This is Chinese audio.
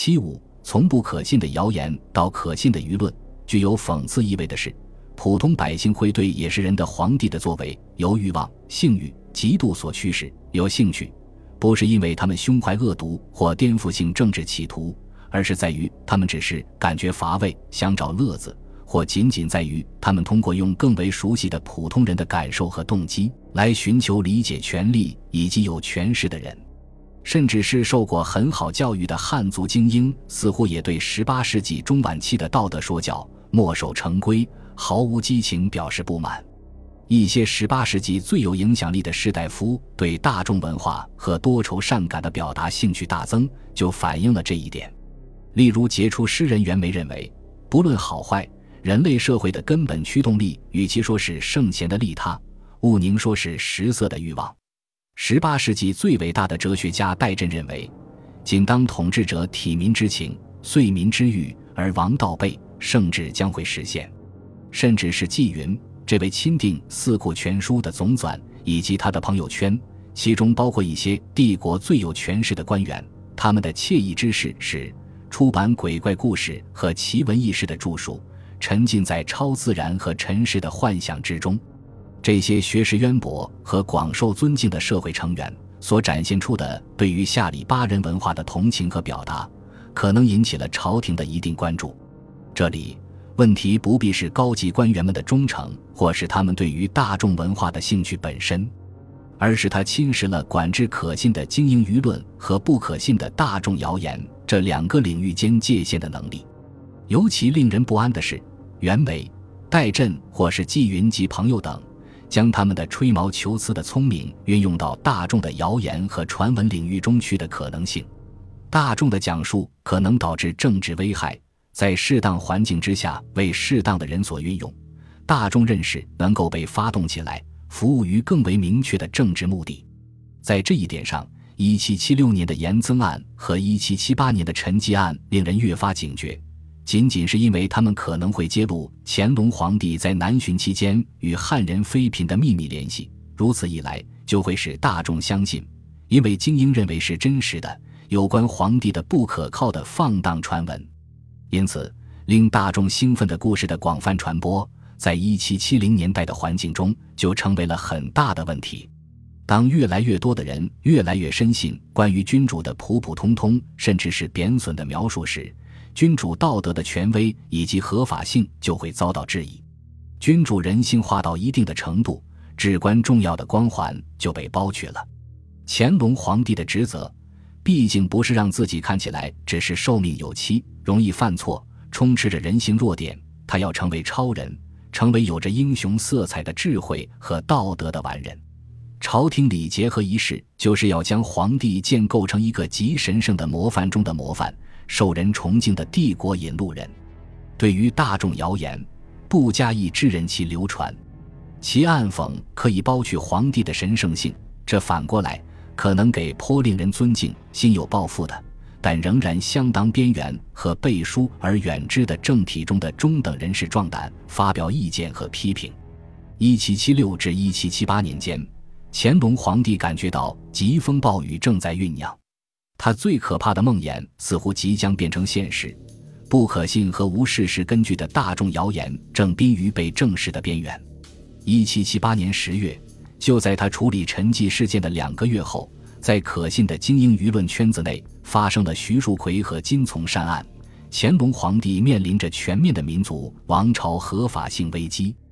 75从不可信的谣言到可信的舆论。具有讽刺意味的是，普通百姓会对也是人的皇帝的作为由欲望、性欲、嫉妒所驱使，有兴趣，不是因为他们胸怀恶毒或颠覆性政治企图，而是在于他们只是感觉乏味，想找乐子，或仅仅在于他们通过用更为熟悉的普通人的感受和动机来寻求理解权力以及有权势的人。甚至是受过很好教育的汉族精英似乎也对18世纪中晚期的道德说教墨守成规、毫无激情表示不满。一些18世纪最有影响力的士大夫对大众文化和多愁善感的表达兴趣大增，就反映了这一点。例如杰出诗人袁枚认为，不论好坏，人类社会的根本驱动力与其说是圣贤的利他，毋宁说是食色的欲望。18世纪最伟大的哲学家戴震认为，仅当统治者体民之情，遂民之欲，而王道备，圣治将会实现。甚至是纪云，这位钦定《四库全书》的总纂，以及他的朋友圈，其中包括一些帝国最有权势的官员，他们的惬意之事是出版鬼怪故事和奇闻异事的著述，沉浸在超自然和尘世的幻想之中。这些学识渊博和广受尊敬的社会成员所展现出的对于下里巴人文化的同情和表达，可能引起了朝廷的一定关注。这里问题不必是高级官员们的忠诚，或是他们对于大众文化的兴趣本身，而是他侵蚀了管制可信的精英舆论和不可信的大众谣言这两个领域间界限的能力。尤其令人不安的是，袁枚、戴震或是纪云及朋友等将他们的吹毛求疵的聪明运用到大众的谣言和传闻领域中去的可能性。大众的讲述可能导致政治危害，在适当环境之下为适当的人所运用，大众认识能够被发动起来，服务于更为明确的政治目的。在这一点上，1776年的严增案和1778年的陈纪案令人越发警觉，仅仅是因为他们可能会揭露乾隆皇帝在南巡期间与汉人妃嫔的秘密联系，如此一来就会使大众相信，因为精英认为是真实的有关皇帝的不可靠的放荡传闻。因此令大众兴奋的故事的广泛传播，在1770年代的环境中就成为了很大的问题。当越来越多的人越来越深信关于君主的普普通通甚至是贬损的描述时，君主道德的权威以及合法性就会遭到质疑。君主人性化到一定的程度，至关重要的光环就被剥去了。乾隆皇帝的职责毕竟不是让自己看起来只是寿命有期，容易犯错，充斥着人性弱点，他要成为超人，成为有着英雄色彩的智慧和道德的完人。朝廷礼节和仪式就是要将皇帝建构成一个极神圣的模范中的模范，受人崇敬的帝国引路人。对于大众谣言，不加以致人其流传，其暗讽可以剥去皇帝的神圣性，这反过来可能给颇令人尊敬、心有抱负的，但仍然相当边缘和背书而远之的政体中的中等人士壮胆，发表意见和批评。1776至1778年间，乾隆皇帝感觉到疾风暴雨正在酝酿，他最可怕的梦魇似乎即将变成现实，不可信和无事实根据的大众谣言正濒于被证实的边缘。1778年10月，就在他处理陈纪事件的2个月后，在可信的精英舆论圈子内发生了徐树奎和金从善案，乾隆皇帝面临着全面的民族王朝合法性危机。